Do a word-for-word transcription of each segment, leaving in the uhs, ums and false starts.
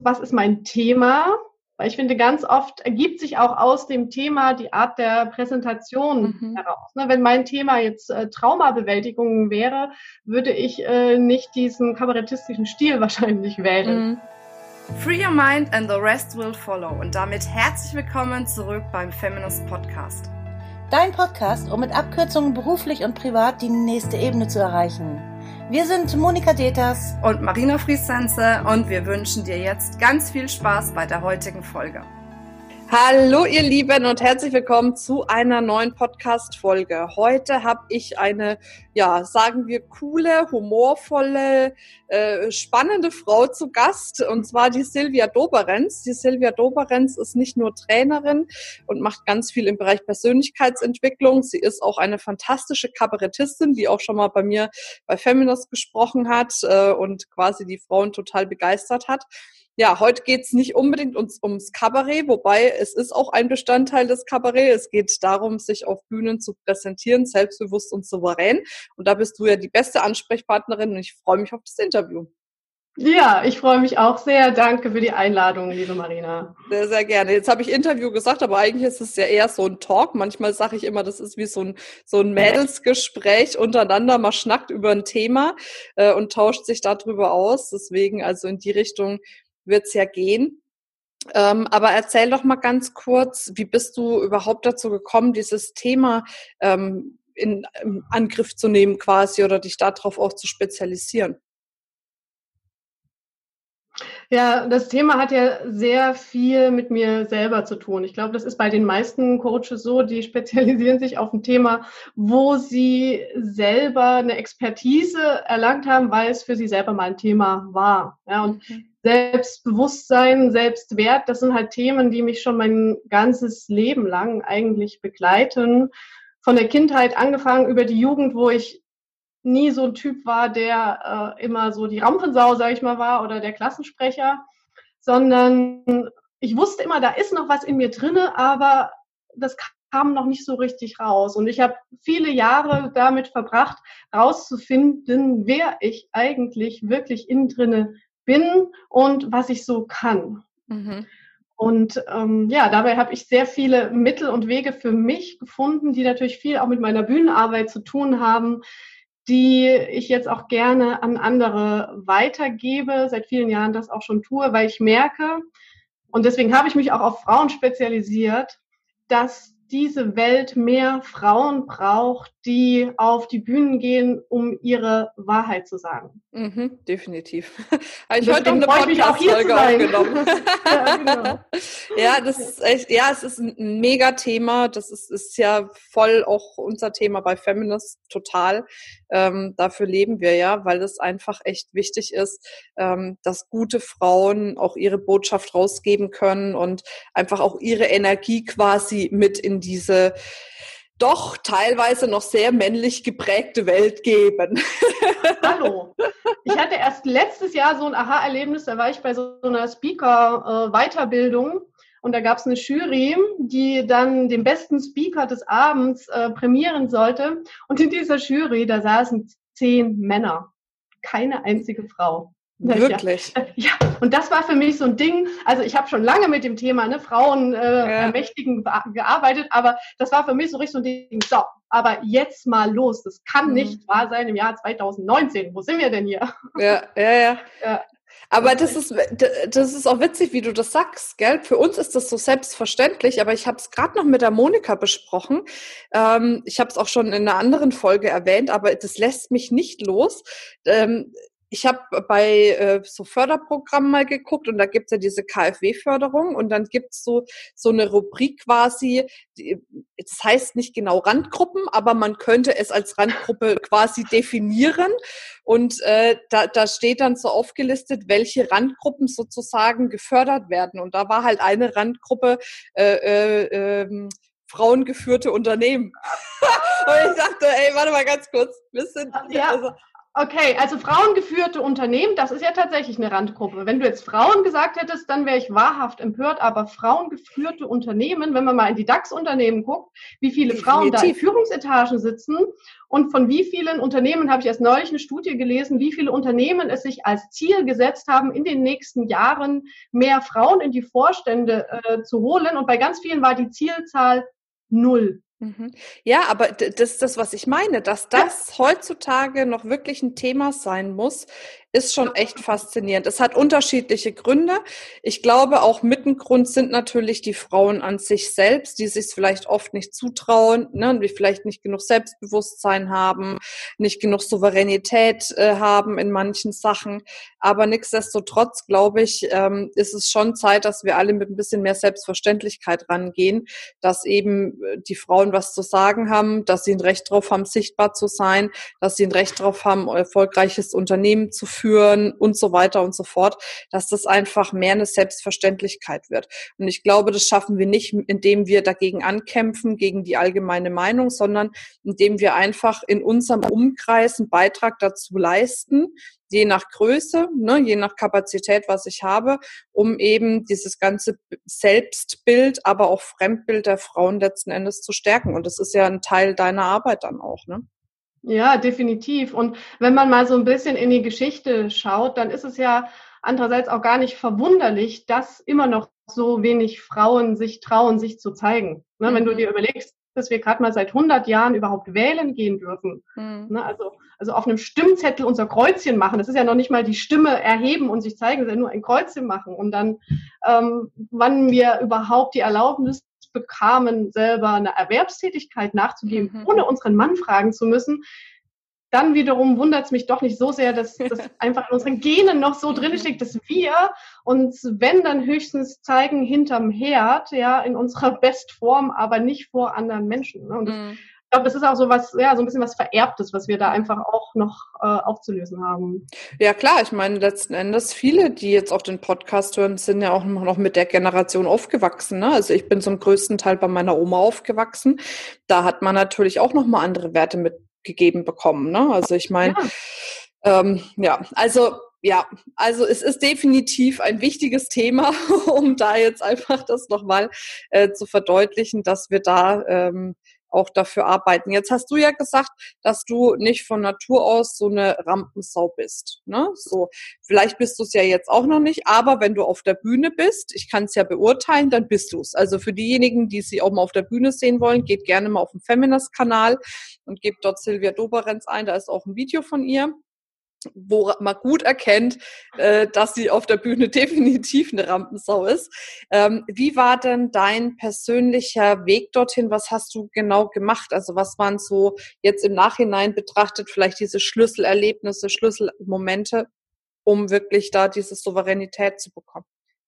was ist mein Thema? Weil ich finde, ganz oft ergibt sich auch aus dem Thema die Art der Präsentation mhm. heraus. Ne, wenn mein Thema jetzt äh, Traumabewältigung wäre, würde ich äh, nicht diesen kabarettistischen Stil wahrscheinlich wählen. Mhm. Free your mind and the rest will follow. Und damit herzlich willkommen zurück beim Feminist Podcast. Dein Podcast, um mit Abkürzungen beruflich und privat die nächste Ebene zu erreichen. Wir sind Monika Deters und Marina Friesense und wir wünschen dir jetzt ganz viel Spaß bei der heutigen Folge. Hallo ihr Lieben und herzlich willkommen zu einer neuen Podcast-Folge. Heute habe ich eine, ja, sagen wir, coole, humorvolle, äh, spannende Frau zu Gast, und zwar die Silvia Doberenz. Die Silvia Doberenz ist nicht nur Trainerin und macht ganz viel im Bereich Persönlichkeitsentwicklung. Sie ist auch eine fantastische Kabarettistin, die auch schon mal bei mir bei Feminist gesprochen hat äh, und quasi die Frauen total begeistert hat. Ja, heute geht's nicht unbedingt ums, ums Kabarett, wobei es ist auch ein Bestandteil des Kabarett. Es geht darum, sich auf Bühnen zu präsentieren, selbstbewusst und souverän. Und da bist du ja die beste Ansprechpartnerin und ich freue mich auf das Interview. Ja, ich freue mich auch sehr. Danke für die Einladung, liebe Marina. Sehr, sehr gerne. Jetzt habe ich Interview gesagt, aber eigentlich ist es ja eher so ein Talk. Manchmal sage ich immer, das ist wie so ein, so ein Mädelsgespräch untereinander. Man schnackt über ein Thema äh, und tauscht sich darüber aus. Deswegen also in die Richtung wird's ja gehen. Ähm, aber erzähl doch mal ganz kurz, wie bist du überhaupt dazu gekommen, dieses Thema ähm, in, in Angriff zu nehmen quasi oder dich darauf auch zu spezialisieren? Ja, das Thema hat ja sehr viel mit mir selber zu tun. Ich glaube, das ist bei den meisten Coaches so, die spezialisieren sich auf ein Thema, wo sie selber eine Expertise erlangt haben, weil es für sie selber mal ein Thema war. Ja, und mhm. Selbstbewusstsein, Selbstwert, das sind halt Themen, die mich schon mein ganzes Leben lang eigentlich begleiten. Von der Kindheit angefangen über die Jugend, wo ich nie so ein Typ war, der äh, immer so die Rampensau, sag ich mal, war oder der Klassensprecher, sondern ich wusste immer, da ist noch was in mir drinne, aber das kam noch nicht so richtig raus. Und ich habe viele Jahre damit verbracht, rauszufinden, wer ich eigentlich wirklich innen drinne bin und was ich so kann. Mhm. Und ähm, ja, dabei habe ich sehr viele Mittel und Wege für mich gefunden, die natürlich viel auch mit meiner Bühnenarbeit zu tun haben, die ich jetzt auch gerne an andere weitergebe, seit vielen Jahren das auch schon tue, weil ich merke, und deswegen habe ich mich auch auf Frauen spezialisiert, dass diese Welt mehr Frauen braucht, die auf die Bühnen gehen, um ihre Wahrheit zu sagen. Mhm, definitiv. Habe ich heute noch eine Podcast-Folge aufgenommen. Ja, genau. Ja, das ist echt, ja, es ist ein Mega-Thema. Das ist, ist ja voll auch unser Thema bei Feminist, total. Ähm, dafür leben wir ja, weil es einfach echt wichtig ist, ähm, dass gute Frauen auch ihre Botschaft rausgeben können und einfach auch ihre Energie quasi mit in diese doch teilweise noch sehr männlich geprägte Welt geben. Hallo. Ich hatte erst letztes Jahr so ein Aha-Erlebnis, da war ich bei so einer Speaker-Weiterbildung und da gab es eine Jury, die dann den besten Speaker des Abends äh, prämieren sollte. Und in dieser Jury, da saßen zehn Männer, keine einzige Frau. Wirklich? Ja, ja, und das war für mich so ein Ding, also ich habe schon lange mit dem Thema ne, Frauen äh, ja. ermächtigen gearbeitet, aber das war für mich so richtig so ein Ding, so, aber jetzt mal los, das kann mhm. nicht wahr sein im Jahr zwanzig neunzehn, wo sind wir denn hier? Ja, ja, ja. ja. Aber das ist, das ist auch witzig, wie du das sagst, gell? Für uns ist das so selbstverständlich, aber ich habe es gerade noch mit der Monika besprochen. Ähm, ich habe es auch schon in einer anderen Folge erwähnt, aber das lässt mich nicht los. Ähm, Ich habe bei äh, so Förderprogrammen mal geguckt und da gibt's ja diese K f W-Förderung und dann gibt's so so eine Rubrik quasi, die, das heißt nicht genau Randgruppen, aber man könnte es als Randgruppe quasi definieren und äh, da, da steht dann so aufgelistet, welche Randgruppen sozusagen gefördert werden und da war halt eine Randgruppe äh, äh, äh, frauengeführte Unternehmen. Und ich dachte, ey, warte mal ganz kurz, wir sind, ja. also, Okay, also frauengeführte Unternehmen, das ist ja tatsächlich eine Randgruppe. Wenn du jetzt Frauen gesagt hättest, dann wäre ich wahrhaft empört, aber frauengeführte Unternehmen, wenn man mal in die DAX-Unternehmen guckt, wie viele Definitiv. Frauen da in Führungsetagen sitzen und von wie vielen Unternehmen, habe ich erst neulich eine Studie gelesen, wie viele Unternehmen es sich als Ziel gesetzt haben, in den nächsten Jahren mehr Frauen in die Vorstände äh, zu holen, und bei ganz vielen war die Zielzahl null. Ja, aber das ist das, was ich meine, dass das heutzutage noch wirklich ein Thema sein muss, ist schon echt faszinierend. Es hat unterschiedliche Gründe. Ich glaube, auch mit ein Grund sind natürlich die Frauen an sich selbst, die sich vielleicht oft nicht zutrauen, ne, die vielleicht nicht genug Selbstbewusstsein haben, nicht genug Souveränität äh, haben in manchen Sachen. Aber nichtsdestotrotz, glaube ich, ähm, ist es schon Zeit, dass wir alle mit ein bisschen mehr Selbstverständlichkeit rangehen, dass eben die Frauen was zu sagen haben, dass sie ein Recht drauf haben, sichtbar zu sein, dass sie ein Recht drauf haben, ein erfolgreiches Unternehmen zu führen und so weiter und so fort, dass das einfach mehr eine Selbstverständlichkeit wird. Und ich glaube, das schaffen wir nicht, indem wir dagegen ankämpfen, gegen die allgemeine Meinung, sondern indem wir einfach in unserem Umkreis einen Beitrag dazu leisten, je nach Größe, ne, je nach Kapazität, was ich habe, um eben dieses ganze Selbstbild, aber auch Fremdbild der Frauen letzten Endes zu stärken. Und das ist ja ein Teil deiner Arbeit dann auch, ne? Ja, definitiv. Und wenn man mal so ein bisschen in die Geschichte schaut, dann ist es ja andererseits auch gar nicht verwunderlich, dass immer noch so wenig Frauen sich trauen, sich zu zeigen. Ne, mhm. Wenn du dir überlegst, dass wir gerade mal seit hundert Jahren überhaupt wählen gehen dürfen. Mhm. Ne, also, also auf einem Stimmzettel unser Kreuzchen machen. Das ist ja noch nicht mal die Stimme erheben und sich zeigen, das ist ja nur ein Kreuzchen machen. Und dann, ähm, wann wir überhaupt die Erlaubnis bekamen, selber eine Erwerbstätigkeit nachzugeben, mhm. ohne unseren Mann fragen zu müssen, dann wiederum wundert es mich doch nicht so sehr, dass das einfach in unseren Genen noch so drin steckt, dass wir uns, wenn, dann höchstens zeigen hinterm Herd, ja, in unserer Bestform, aber nicht vor anderen Menschen. Ne? Und das, mhm. ich glaube, das ist auch so was, ja, so ein bisschen was Vererbtes, was wir da einfach auch noch äh, aufzulösen haben. Ja, klar, ich meine, letzten Endes, viele, die jetzt auch den Podcast hören, sind ja auch noch mit der Generation aufgewachsen. Ne? Also ich bin zum größten Teil bei meiner Oma aufgewachsen. Da hat man natürlich auch nochmal andere Werte mitgegeben bekommen. Ne? Also ich meine, ja. Ähm, ja, also ja, also es ist definitiv ein wichtiges Thema, um da jetzt einfach das nochmal äh, zu verdeutlichen, dass wir da ähm, auch dafür arbeiten. Jetzt hast du ja gesagt, dass du nicht von Natur aus so eine Rampensau bist. Ne? So, vielleicht bist du es ja jetzt auch noch nicht, aber wenn du auf der Bühne bist, ich kann es ja beurteilen, dann bist du es. Also für diejenigen, die sie auch mal auf der Bühne sehen wollen, geht gerne mal auf den Feminist-Kanal und gebt dort Silvia Doberenz ein, da ist auch ein Video von ihr, wo man gut erkennt, äh, dass sie auf der Bühne definitiv eine Rampensau ist. Ähm, wie war denn dein persönlicher Weg dorthin? Was hast du genau gemacht? Also was waren so jetzt im Nachhinein betrachtet vielleicht diese Schlüsselerlebnisse, Schlüsselmomente, um wirklich da diese Souveränität zu bekommen?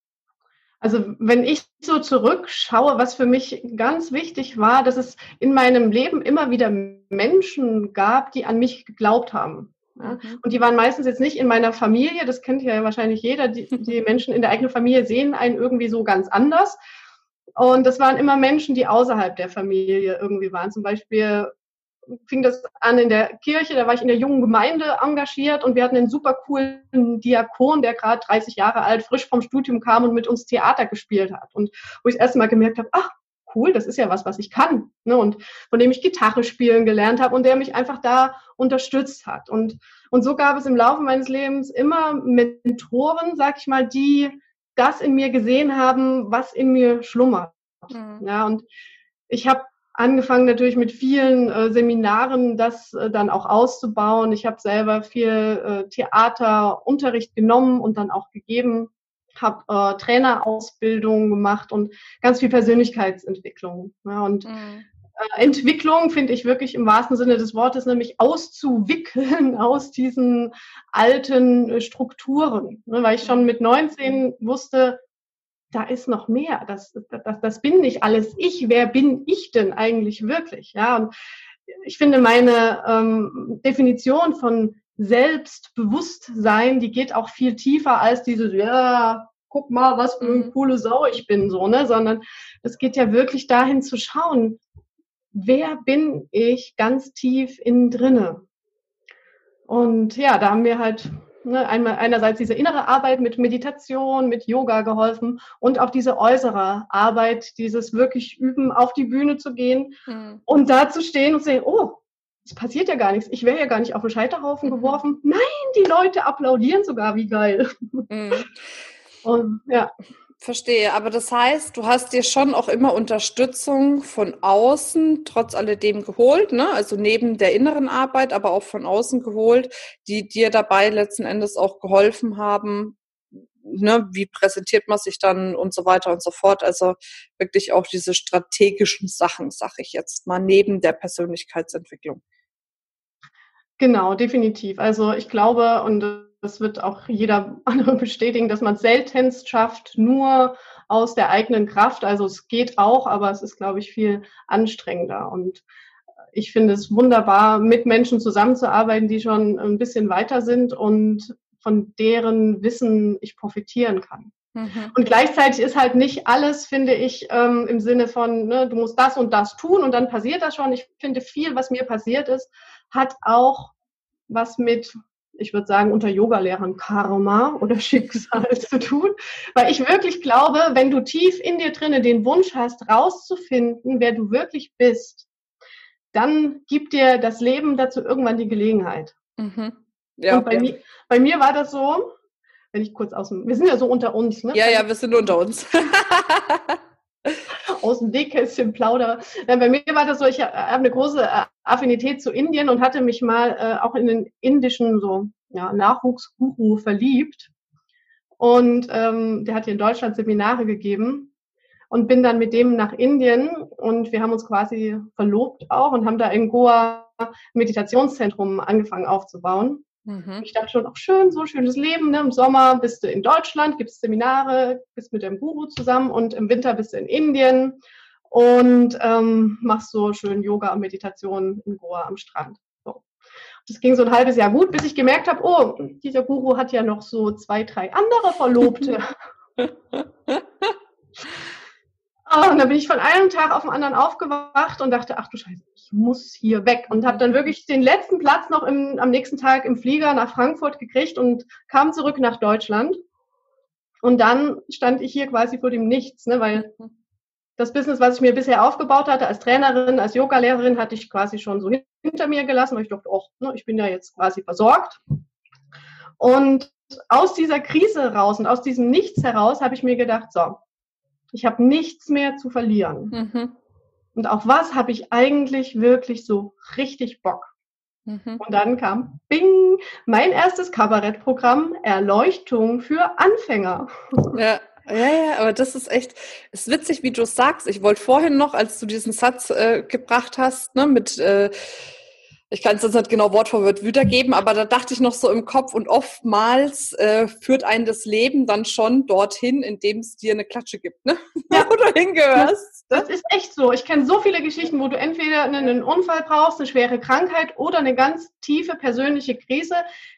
Also wenn ich so zurückschaue, was für mich ganz wichtig war, dass es in meinem Leben immer wieder Menschen gab, die an mich geglaubt haben. Ja, und die waren meistens jetzt nicht in meiner Familie, das kennt ja wahrscheinlich jeder, die, die Menschen in der eigenen Familie sehen einen irgendwie so ganz anders. Und das waren immer Menschen, die außerhalb der Familie irgendwie waren. Zum Beispiel fing das an in der Kirche, da war ich in der jungen Gemeinde engagiert und wir hatten einen super coolen Diakon, der gerade dreißig Jahre alt, frisch vom Studium kam und mit uns Theater gespielt hat. Und wo ich das erste Mal gemerkt habe, ach, cool, das ist ja was, was ich kann, ne? Und von dem ich Gitarre spielen gelernt habe und der mich einfach da unterstützt hat. Und, und so gab es im Laufe meines Lebens immer Mentoren, sag ich mal, die das in mir gesehen haben, was in mir schlummert. Mhm. Ja, und ich habe angefangen natürlich mit vielen äh, Seminaren, das äh, dann auch auszubauen. Ich habe selber viel äh, Theaterunterricht genommen und dann auch gegeben. Habe äh, Trainerausbildung gemacht und ganz viel Persönlichkeitsentwicklung. Ja, und mhm. äh, Entwicklung finde ich wirklich im wahrsten Sinne des Wortes, nämlich auszuwickeln aus diesen alten äh, Strukturen. Ne, weil ich schon mit neunzehn wusste, da ist noch mehr. Das, das, das bin nicht alles ich. Wer bin ich denn eigentlich wirklich? Ja, und ich finde meine ähm, Definition von Selbstbewusstsein, die geht auch viel tiefer als dieses, ja, guck mal, was für eine coole Sau ich bin, so, ne, sondern es geht ja wirklich dahin zu schauen, wer bin ich ganz tief innen drinne? Und ja, da haben wir halt ne, einmal einerseits diese innere Arbeit mit Meditation, mit Yoga geholfen und auch diese äußere Arbeit, dieses wirklich Üben, auf die Bühne zu gehen mhm. und da zu stehen und zu sehen, oh, es passiert ja gar nichts. Ich wäre ja gar nicht auf den Scheiterhaufen mhm. geworfen. Nein, die Leute applaudieren sogar, wie geil. Mhm. Und ja. Verstehe, aber das heißt, du hast dir schon auch immer Unterstützung von außen trotz alledem geholt, ne? Also neben der inneren Arbeit, aber auch von außen geholt, die dir dabei letzten Endes auch geholfen haben, ne? Wie präsentiert man sich dann und so weiter und so fort. Also wirklich auch diese strategischen Sachen, sag ich jetzt mal, neben der Persönlichkeitsentwicklung. Genau, definitiv. Also ich glaube, und das wird auch jeder andere bestätigen, dass man es seltenst schafft, nur aus der eigenen Kraft. Also es geht auch, aber es ist, glaube ich, viel anstrengender. Und ich finde es wunderbar, mit Menschen zusammenzuarbeiten, die schon ein bisschen weiter sind und von deren Wissen ich profitieren kann. Mhm. Und gleichzeitig ist halt nicht alles, finde ich, ähm, im Sinne von, ne, du musst das und das tun und dann passiert das schon. Ich finde, viel, was mir passiert ist, hat auch was mit, ich würde sagen, unter Yogalehrern Karma oder Schicksal zu tun, weil ich wirklich glaube, wenn du tief in dir drinne den Wunsch hast, rauszufinden, wer du wirklich bist, dann gibt dir das Leben dazu irgendwann die Gelegenheit. Mhm. Ja, und bei, ja. mir, bei mir war das so, wenn ich kurz aus dem, wir sind ja so unter uns, ne? Ja, ja, wir sind unter uns. Aus dem Nähkästchen plaudere. Bei mir war das so, ich habe eine große Affinität zu Indien und hatte mich mal äh, auch in den indischen so ja, Nachwuchsguru verliebt. Und ähm, der hat hier in Deutschland Seminare gegeben und bin dann mit dem nach Indien und wir haben uns quasi verlobt auch und haben da in Goa ein Meditationszentrum angefangen aufzubauen. Mhm. Ich dachte schon, auch schön, so schönes Leben, ne? Im Sommer bist du in Deutschland, gibst Seminare, bist mit dem Guru zusammen und im Winter bist du in Indien und ähm, machst so schön Yoga und Meditation in Goa am Strand. So. Das ging so ein halbes Jahr gut, bis ich gemerkt habe, oh, dieser Guru hat ja noch so zwei, drei andere Verlobte. Oh, und dann bin ich von einem Tag auf den anderen aufgewacht und dachte, ach du Scheiße, ich muss hier weg. Und habe dann wirklich den letzten Platz noch im, am nächsten Tag im Flieger nach Frankfurt gekriegt und kam zurück nach Deutschland. Und dann stand ich hier quasi vor dem Nichts, ne, weil das Business, was ich mir bisher aufgebaut hatte, als Trainerin, als Yoga-Lehrerin, hatte ich quasi schon so hinter mir gelassen, weil ich dachte, oh, ne, ich bin ja jetzt quasi versorgt. Und aus dieser Krise raus und aus diesem Nichts heraus habe ich mir gedacht, so, ich habe nichts mehr zu verlieren. Mhm. Und auf was habe ich eigentlich wirklich so richtig Bock? Mhm. Und dann kam, bing, mein erstes Kabarettprogramm, Erleuchtung für Anfänger. Ja. Ja, ja, aber das ist echt, ist witzig, wie du es sagst. Ich wollte vorhin noch, als du diesen Satz äh, gebracht hast, ne, mit, äh, ich kann es jetzt nicht genau Wort für Wort wiedergeben, aber da dachte ich noch so im Kopf und oftmals äh, führt einen das Leben dann schon dorthin, indem es dir eine Klatsche gibt, ne? Ja. Wo du hingehörst. Das, das ist echt so. Ich kenne so viele Geschichten, wo du entweder einen Unfall brauchst, eine schwere Krankheit oder eine ganz tiefe persönliche Krise,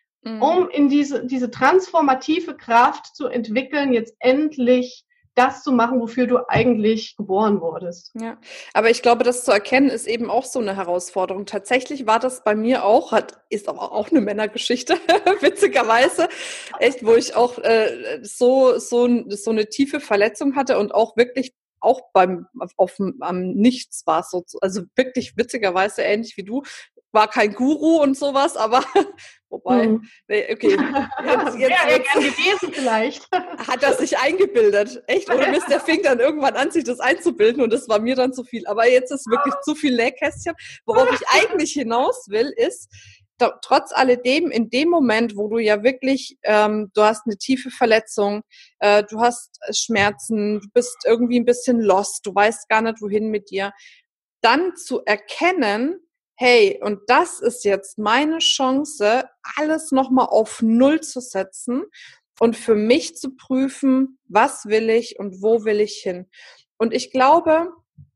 um in diese, diese transformative Kraft zu entwickeln, jetzt endlich das zu machen, wofür du eigentlich geboren wurdest. Ja, aber ich glaube, das zu erkennen ist eben auch so eine Herausforderung. Tatsächlich war das bei mir auch, hat, ist aber auch eine Männergeschichte, witzigerweise, echt, wo ich auch äh, so, so, so eine tiefe Verletzung hatte und auch wirklich auch beim auf, am Nichts war, so, also wirklich witzigerweise ähnlich wie du. War kein Guru und sowas, aber wobei, hm. nee, okay. Jetzt, jetzt, ja, jetzt, gern gewesen vielleicht. Hat er sich eingebildet. Echt, ohne Mist, der fing dann irgendwann an, sich das einzubilden und das war mir dann zu viel. Aber jetzt ist wirklich zu viel Nähkästchen. Worauf ich eigentlich hinaus will, ist, da, trotz alledem, in dem Moment, wo du ja wirklich, ähm, du hast eine tiefe Verletzung, äh, du hast Schmerzen, du bist irgendwie ein bisschen lost, du weißt gar nicht, wohin mit dir, dann zu erkennen, hey, und das ist jetzt meine Chance, alles nochmal auf Null zu setzen und für mich zu prüfen, was will ich und wo will ich hin. Und ich glaube,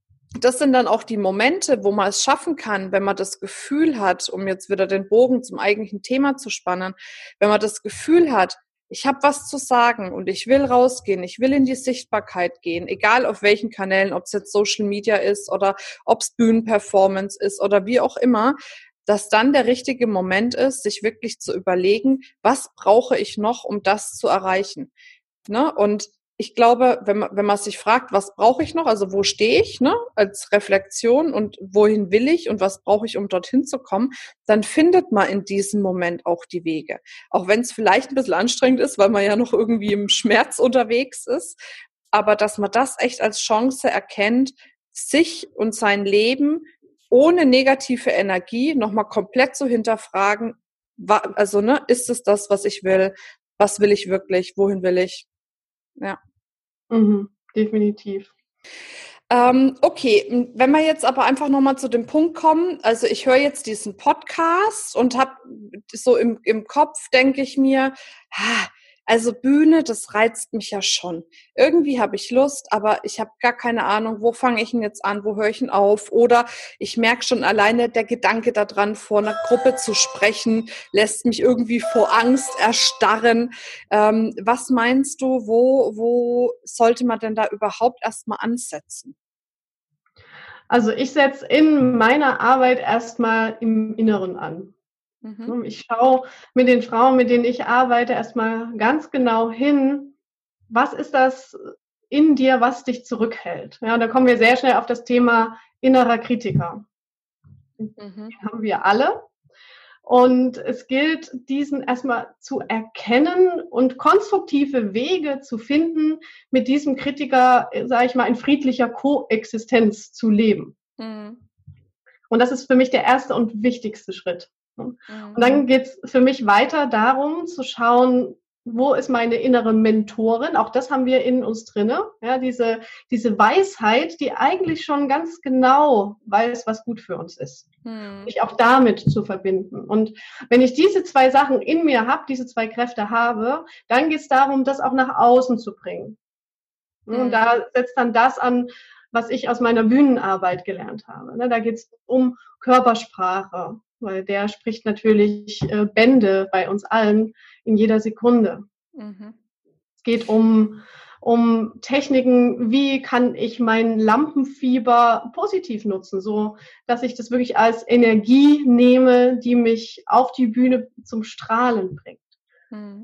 das sind dann auch die Momente, wo man es schaffen kann, wenn man das Gefühl hat, um jetzt wieder den Bogen zum eigentlichen Thema zu spannen, wenn man das Gefühl hat, ich habe was zu sagen und ich will rausgehen, ich will in die Sichtbarkeit gehen, egal auf welchen Kanälen, ob es jetzt Social Media ist oder ob es Bühnenperformance ist oder wie auch immer, dass dann der richtige Moment ist, sich wirklich zu überlegen, was brauche ich noch, um das zu erreichen. Ne? Und ich glaube, wenn man, wenn man sich fragt, was brauche ich noch, also wo stehe ich, ne, als Reflexion und wohin will ich und was brauche ich, um dorthin zu kommen, dann findet man in diesem Moment auch die Wege. Auch wenn es vielleicht ein bisschen anstrengend ist, weil man ja noch irgendwie im Schmerz unterwegs ist, aber dass man das echt als Chance erkennt, sich und sein Leben ohne negative Energie nochmal komplett zu hinterfragen, also ne, ist es das, was ich will, was will ich wirklich, wohin will ich? Ja. Mhm, definitiv. Ähm, okay, wenn wir jetzt aber einfach nochmal zu dem Punkt kommen, also ich höre jetzt diesen Podcast und habe so im, im Kopf, denke ich mir, ah, also Bühne, das reizt mich ja schon. Irgendwie habe ich Lust, aber ich habe gar keine Ahnung, wo fange ich denn jetzt an, wo höre ich denn auf? Oder ich merke schon alleine, der Gedanke daran, vor einer Gruppe zu sprechen, lässt mich irgendwie vor Angst erstarren. Ähm, was meinst du, wo, wo sollte man denn da überhaupt erstmal ansetzen? Also ich setze in meiner Arbeit erstmal im Inneren an. Mhm. Ich schaue mit den Frauen, mit denen ich arbeite, erstmal ganz genau hin, was ist das in dir, was dich zurückhält. Ja, da kommen wir sehr schnell auf das Thema innerer Kritiker. Mhm. Den haben wir alle. Und es gilt, diesen erstmal zu erkennen und konstruktive Wege zu finden, mit diesem Kritiker, sage ich mal, in friedlicher Koexistenz zu leben. Mhm. Und das ist für mich der erste und wichtigste Schritt. Und Mhm. dann geht es für mich weiter darum, zu schauen, wo ist meine innere Mentorin? Auch das haben wir in uns drinne. Ja, diese, diese Weisheit, die eigentlich schon ganz genau weiß, was gut für uns ist. Mhm. Mich auch damit zu verbinden. Und wenn ich diese zwei Sachen in mir habe, diese zwei Kräfte habe, dann geht es darum, das auch nach außen zu bringen. Und Mhm. da setzt dann das an, was ich aus meiner Bühnenarbeit gelernt habe. Da geht es um Körpersprache, weil der spricht natürlich äh, Bände bei uns allen in jeder Sekunde. Mhm. Es geht um, um Techniken, wie kann ich mein Lampenfieber positiv nutzen, so dass ich das wirklich als Energie nehme, die mich auf die Bühne zum Strahlen bringt. Mhm.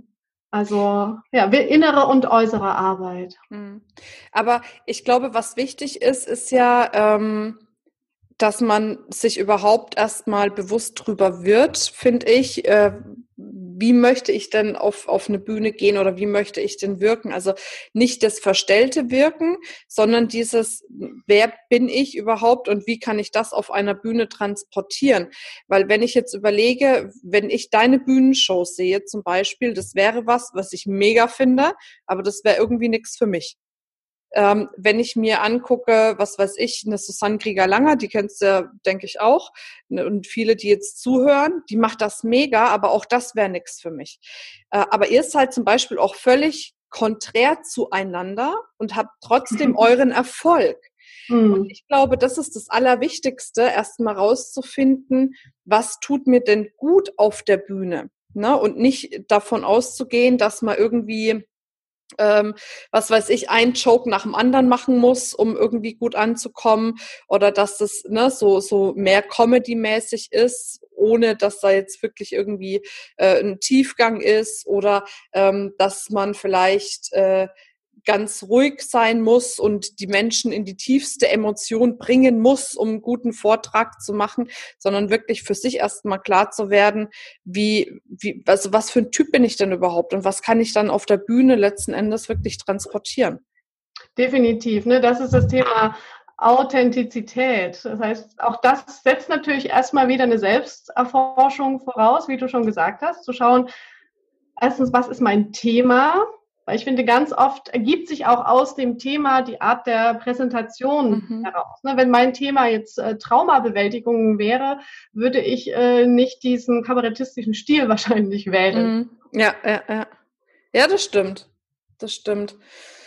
Also ja, innere und äußere Arbeit. Mhm. Aber ich glaube, was wichtig ist, ist ja, ähm, dass man sich überhaupt erstmal bewusst drüber wird, finde ich, äh, wie möchte ich denn auf, auf eine Bühne gehen oder wie möchte ich denn wirken? Also nicht das verstellte Wirken, sondern dieses, wer bin ich überhaupt und wie kann ich das auf einer Bühne transportieren? Weil wenn ich jetzt überlege, wenn ich deine Bühnenshow sehe zum Beispiel, das wäre was, was ich mega finde, aber das wäre irgendwie nichts für mich. Ähm, wenn ich mir angucke, was weiß ich, eine Susanne Krieger-Langer, die kennst du ja, denke ich, auch, und viele, die jetzt zuhören, die macht das mega, aber auch das wäre nichts für mich. Äh, aber ihr seid zum Beispiel auch völlig konträr zueinander und habt trotzdem euren Erfolg. Und Hm. ich glaube, das ist das Allerwichtigste, erstmal rauszufinden, was tut mir denn gut auf der Bühne, ne? Und nicht davon auszugehen, dass man irgendwie Ähm, was weiß ich, ein Joke nach dem anderen machen muss, um irgendwie gut anzukommen, oder dass das ne, so, so mehr Comedy-mäßig ist, ohne dass da jetzt wirklich irgendwie äh, ein Tiefgang ist, oder ähm, dass man vielleicht äh, ganz ruhig sein muss und die Menschen in die tiefste Emotion bringen muss, um einen guten Vortrag zu machen, sondern wirklich für sich erstmal klar zu werden, wie, wie, also was für ein Typ bin ich denn überhaupt und was kann ich dann auf der Bühne letzten Endes wirklich transportieren? Definitiv, ne? Das ist das Thema Authentizität. Das heißt, auch das setzt natürlich erstmal wieder eine Selbsterforschung voraus, wie du schon gesagt hast, zu schauen, erstens, was ist mein Thema? Weil ich finde, ganz oft ergibt sich auch aus dem Thema die Art der Präsentation Mhm. heraus. Ne, wenn mein Thema jetzt äh, Traumabewältigung wäre, würde ich äh, nicht diesen kabarettistischen Stil wahrscheinlich wählen. Mhm. Ja, ja, ja. Ja, das stimmt. Das stimmt.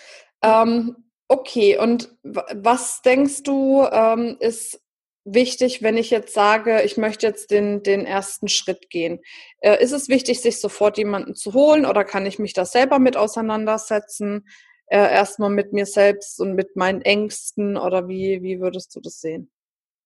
Ähm, okay, und w- was denkst du, ähm, ist wichtig, wenn ich jetzt sage, ich möchte jetzt den, den ersten Schritt gehen? Äh, ist es wichtig, sich sofort jemanden zu holen oder kann ich mich da selber mit auseinandersetzen? Äh, erstmal mit mir selbst und mit meinen Ängsten oder wie, wie würdest du das sehen?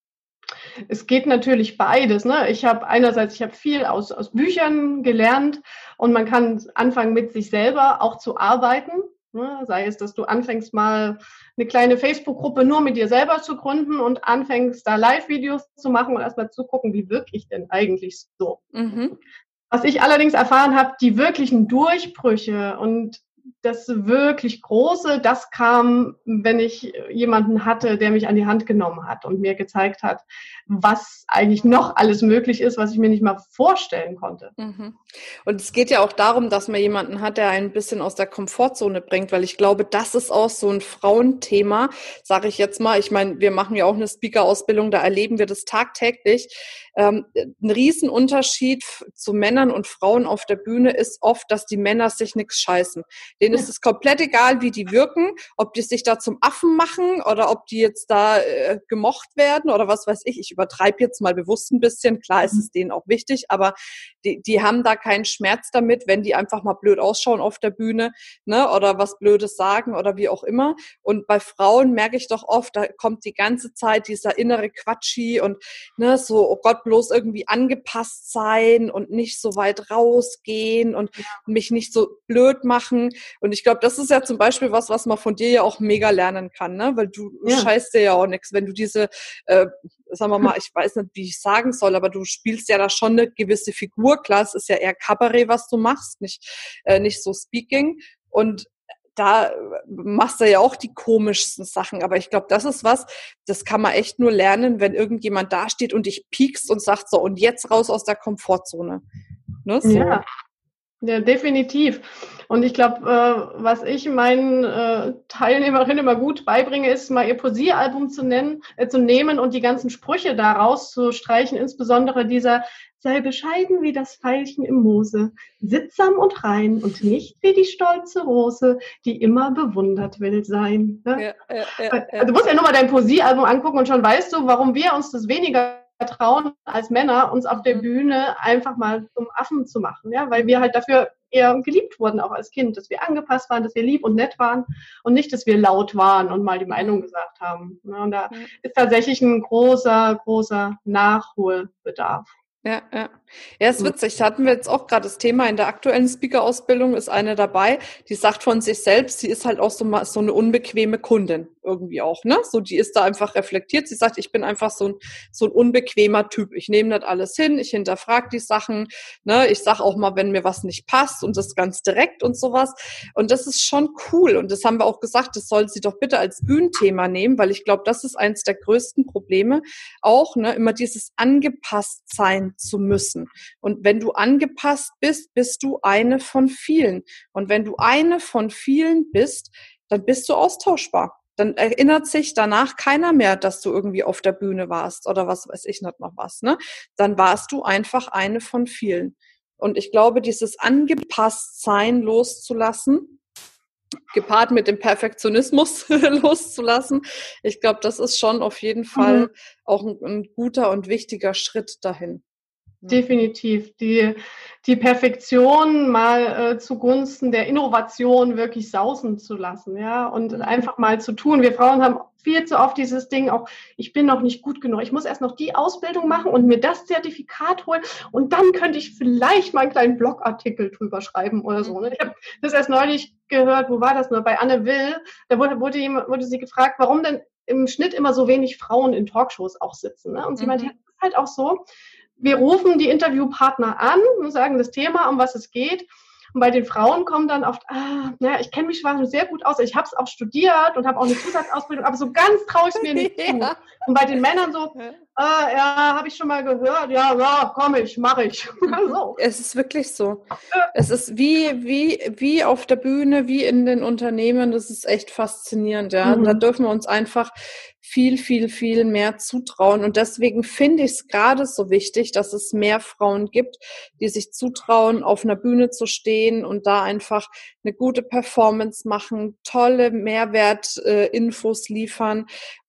Es geht natürlich beides. Ne? Ich habe einerseits, ich habe viel aus, aus Büchern gelernt und man kann anfangen, mit sich selber auch zu arbeiten. Ne? Sei es, dass du anfängst, mal eine kleine Facebook-Gruppe nur mit dir selber zu gründen und anfängst, da Live-Videos zu machen und erstmal zu gucken, wie wirke ich denn eigentlich so. Mhm. Was ich allerdings erfahren habe, die wirklichen Durchbrüche und das wirklich Große, das kam, wenn ich jemanden hatte, der mich an die Hand genommen hat und mir gezeigt hat, was eigentlich noch alles möglich ist, was ich mir nicht mal vorstellen konnte. Mhm. Und es geht ja auch darum, dass man jemanden hat, der einen ein bisschen aus der Komfortzone bringt, weil ich glaube, das ist auch so ein Frauenthema, sage ich jetzt mal. Ich meine, wir machen ja auch eine Speaker-Ausbildung, da erleben wir das tagtäglich. Ähm, ein Riesenunterschied zu Männern und Frauen auf der Bühne ist oft, dass die Männer sich nichts scheißen. Denen ist es komplett egal, wie die wirken, ob die sich da zum Affen machen oder ob die jetzt da äh, gemocht werden oder was weiß ich. Ich übertreibe jetzt mal bewusst ein bisschen. Klar ist es denen auch wichtig, aber die, die haben da keinen Schmerz damit, wenn die einfach mal blöd ausschauen auf der Bühne, ne, oder was Blödes sagen oder wie auch immer. Und bei Frauen merke ich doch oft, da kommt die ganze Zeit dieser innere Quatschi und ne, so, oh Gott, bloß irgendwie angepasst sein und nicht so weit rausgehen und mich nicht so blöd machen. Und ich glaube, das ist ja zum Beispiel was, was man von dir ja auch mega lernen kann, ne? Weil du Ja. scheißt dir ja auch nichts, wenn du diese, äh, sagen wir mal, ich weiß nicht, wie ich sagen soll, aber du spielst ja da schon eine gewisse Figur. Klar, es ist ja eher Kabarett, was du machst, nicht, äh, nicht so Speaking. Und da machst du ja auch die komischsten Sachen. Aber ich glaube, das ist was, das kann man echt nur lernen, wenn irgendjemand da steht und dich piekst und sagt so, und jetzt raus aus der Komfortzone. Ne, so. Ja. Ja, definitiv. Und ich glaube, äh, was ich meinen äh, Teilnehmerinnen immer gut beibringe, ist mal ihr Poesiealbum zu nennen, äh, zu nehmen und die ganzen Sprüche daraus zu streichen, insbesondere dieser sei bescheiden wie das Veilchen im Moose, sittsam und rein und nicht wie die stolze Rose, die immer bewundert will sein. Ne? Ja, ja, ja, ja. Also du musst ja nur mal dein Poesiealbum angucken und schon weißt du, warum wir uns das weniger trauen als Männer, uns auf der Bühne einfach mal zum Affen zu machen, ja, weil wir halt dafür eher geliebt wurden, auch als Kind, dass wir angepasst waren, dass wir lieb und nett waren und nicht, dass wir laut waren und mal die Meinung gesagt haben. Und da ist tatsächlich ein großer, großer Nachholbedarf. Ja, ja. Ja, ist witzig. Da hatten wir jetzt auch gerade das Thema in der aktuellen Speaker-Ausbildung, ist eine dabei, die sagt von sich selbst, sie ist halt auch so mal so eine unbequeme Kundin irgendwie auch, ne? So, die ist da einfach reflektiert. Sie sagt, ich bin einfach so ein, so ein unbequemer Typ. Ich nehme das alles hin, ich hinterfrage die Sachen, ne? Ich sag auch mal, wenn mir was nicht passt und das ganz direkt und sowas. Und das ist schon cool. Und das haben wir auch gesagt, das soll sie doch bitte als Bühnenthema nehmen, weil ich glaube, das ist eins der größten Probleme. Auch, ne? Immer dieses angepasst sein zu müssen. Und wenn du angepasst bist, bist du eine von vielen. Und wenn du eine von vielen bist, dann bist du austauschbar. Dann erinnert sich danach keiner mehr, dass du irgendwie auf der Bühne warst oder was weiß ich nicht noch was, ne? Dann warst du einfach eine von vielen. Und ich glaube, dieses Angepasstsein loszulassen, gepaart mit dem Perfektionismus loszulassen, ich glaube, das ist schon auf jeden Fall mhm. auch ein, ein guter und wichtiger Schritt dahin. Definitiv. Die, die Perfektion mal äh, zugunsten der Innovation wirklich sausen zu lassen, ja, und mhm. einfach mal zu tun. Wir Frauen haben viel zu oft dieses Ding auch, ich bin noch nicht gut genug. Ich muss erst noch die Ausbildung machen und mir das Zertifikat holen und dann könnte ich vielleicht mal einen kleinen Blogartikel drüber schreiben oder so. Ne? Ich habe das erst neulich gehört, wo war das nur? Bei Anne Will, da wurde, wurde, jemand, wurde sie gefragt, warum denn im Schnitt immer so wenig Frauen in Talkshows auch sitzen. Ne? Und sie mhm. meinte, ja, das ist halt auch so, wir rufen die Interviewpartner an und sagen das Thema, um was es geht. Und bei den Frauen kommen dann oft, ah, naja, ich kenne mich schon sehr gut aus, ich habe es auch studiert und habe auch eine Zusatzausbildung, aber so ganz traue ich es mir nicht zu. Ja. Und bei den Männern so, ah, ja, habe ich schon mal gehört, ja, ja, komm ich, mache ich. So. Es ist wirklich so. Es ist wie, wie, wie auf der Bühne, wie in den Unternehmen, das ist echt faszinierend, ja. Mhm. Da dürfen wir uns einfach viel, viel, viel mehr zutrauen. Und deswegen finde ich es gerade so wichtig, dass es mehr Frauen gibt, die sich zutrauen, auf einer Bühne zu stehen und da einfach eine gute Performance machen, tolle Mehrwertinfos äh, liefern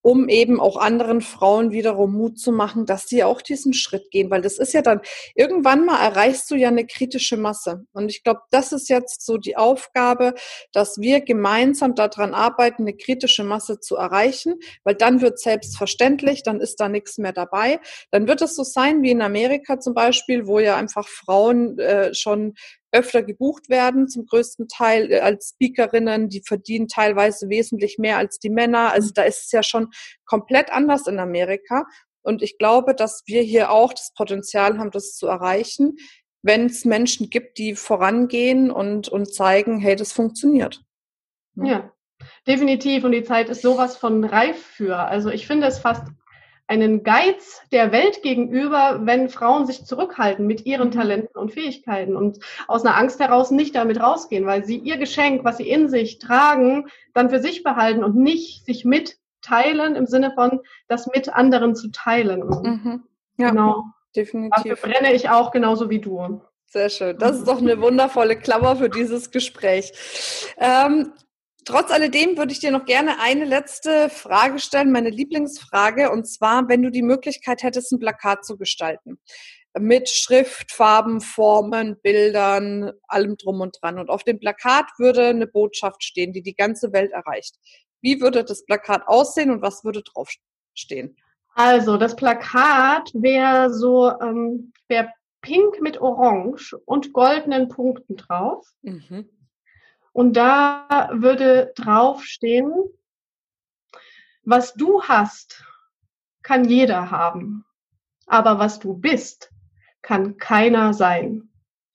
um eben auch anderen Frauen wiederum Mut zu machen, dass sie auch diesen Schritt gehen, weil das ist ja dann, irgendwann mal erreichst du ja eine kritische Masse. Und ich glaube, das ist jetzt so die Aufgabe, dass wir gemeinsam daran arbeiten, eine kritische Masse zu erreichen, weil dann wird selbstverständlich, dann ist da nichts mehr dabei. Dann wird es so sein wie in Amerika zum Beispiel, wo ja einfach Frauen äh, schon öfter gebucht werden, zum größten Teil äh, als Speakerinnen, die verdienen teilweise wesentlich mehr als die Männer. Also da ist es ja schon komplett anders in Amerika. Und ich glaube, dass wir hier auch das Potenzial haben, das zu erreichen, wenn es Menschen gibt, die vorangehen und, und zeigen, hey, das funktioniert. Ja. ja, definitiv. Und die Zeit ist sowas von reif für. Also ich finde es fast einen Geiz der Welt gegenüber, wenn Frauen sich zurückhalten mit ihren Talenten und Fähigkeiten und aus einer Angst heraus nicht damit rausgehen, weil sie ihr Geschenk, was sie in sich tragen, dann für sich behalten und nicht sich mitteilen im Sinne von, das mit anderen zu teilen. Mhm. Ja, genau. Definitiv. Dafür brenne ich auch genauso wie du. Sehr schön. Das ist doch eine wundervolle Klammer für dieses Gespräch. Ähm, Trotz alledem würde ich dir noch gerne eine letzte Frage stellen, meine Lieblingsfrage, und zwar, wenn du die Möglichkeit hättest, ein Plakat zu gestalten. Mit Schrift, Farben, Formen, Bildern, allem drum und dran. Und auf dem Plakat würde eine Botschaft stehen, die die ganze Welt erreicht. Wie würde das Plakat aussehen und was würde draufstehen? Also, das Plakat wäre so, ähm, wäre pink mit orange und goldenen Punkten drauf. Mhm. Und da würde draufstehen, was du hast, kann jeder haben. Aber was du bist, kann keiner sein.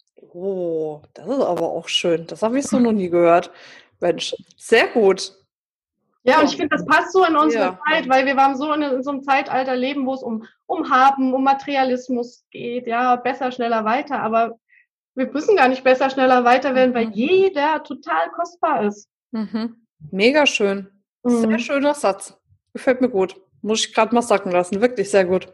Oh, das ist aber auch schön. Das habe ich so noch nie gehört. Mensch, sehr gut. Ja, und ich finde, das passt so in unsere Ja. Zeit, weil wir waren so in, in so einem Zeitalter leben, wo es um, um Haben, um Materialismus geht. Ja, besser, schneller, weiter. Aber wir müssen gar nicht besser, schneller, weiter werden, weil jeder total kostbar ist. Mhm. Mega schön. Sehr Mhm. schöner Satz. Gefällt mir gut. Muss ich gerade mal sacken lassen. Wirklich sehr gut.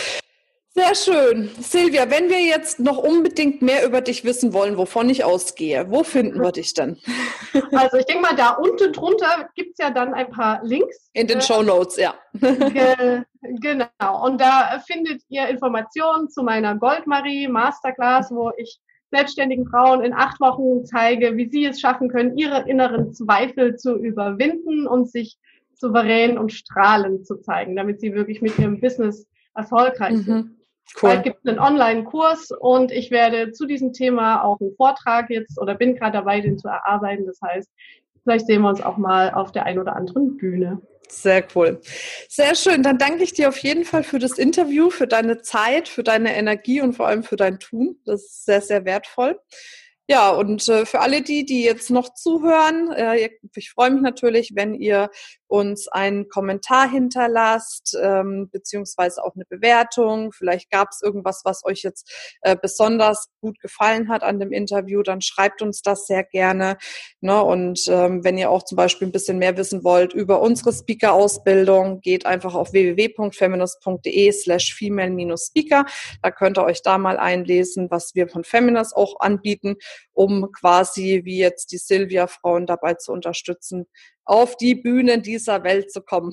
Sehr schön. Silvia, wenn wir jetzt noch unbedingt mehr über dich wissen wollen, wovon ich ausgehe, wo finden wir dich denn? Also ich denke mal, da unten drunter gibt es ja dann ein paar Links. In den äh, Shownotes, ja. Ge genau. Und da findet ihr Informationen zu meiner Goldmarie Masterclass, wo ich selbstständigen Frauen in acht Wochen zeige, wie sie es schaffen können, ihre inneren Zweifel zu überwinden und sich souverän und strahlend zu zeigen, damit sie wirklich mit ihrem Business erfolgreich sind. Mhm. Cool. Bald gibt es einen Online-Kurs und ich werde zu diesem Thema auch einen Vortrag jetzt oder bin gerade dabei, den zu erarbeiten. Das heißt, vielleicht sehen wir uns auch mal auf der einen oder anderen Bühne. Sehr cool. Sehr schön. Dann danke ich dir auf jeden Fall für das Interview, für deine Zeit, für deine Energie und vor allem für dein Tun. Das ist sehr, sehr wertvoll. Ja, und äh, für alle die, die jetzt noch zuhören, äh, ich freue mich natürlich, wenn ihr uns einen Kommentar hinterlasst, ähm, beziehungsweise auch eine Bewertung. Vielleicht gab es irgendwas, was euch jetzt äh, besonders gut gefallen hat an dem Interview, dann schreibt uns das sehr gerne. Ne? Und ähm, wenn ihr auch zum Beispiel ein bisschen mehr wissen wollt über unsere Speaker-Ausbildung, geht einfach auf w w w punkt feminist punkt d e slash female speaker. Da könnt ihr euch da mal einlesen, was wir von Feminist auch anbieten, um quasi, wie jetzt die Silvia, Frauen dabei zu unterstützen, auf die Bühnen dieser Welt zu kommen.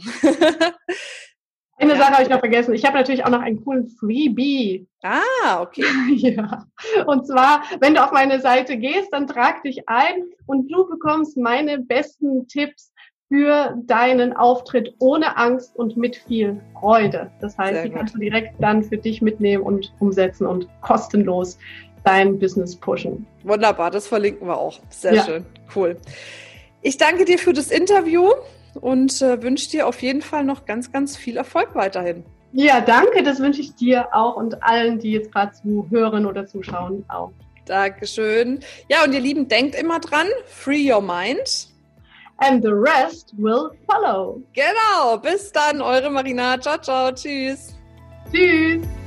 Eine Ja. Sache habe ich noch vergessen. Ich habe natürlich auch noch einen coolen Freebie. Ah, okay. Ja. Und zwar, wenn du auf meine Seite gehst, dann trag dich ein und du bekommst meine besten Tipps für deinen Auftritt ohne Angst und mit viel Freude. Das heißt, Sehr die gut. kannst du direkt dann für dich mitnehmen und umsetzen und kostenlos dein Business pushen. Wunderbar, das verlinken wir auch. Sehr Ja. schön, cool. Ich danke dir für das Interview und äh, wünsche dir auf jeden Fall noch ganz, ganz viel Erfolg weiterhin. Ja, danke. Das wünsche ich dir auch und allen, die jetzt gerade zuhören oder zuschauen, auch. Dankeschön. Ja, und ihr Lieben, denkt immer dran, free your mind. And the rest will follow. Genau, bis dann, eure Marina. Ciao, ciao, tschüss. Tschüss.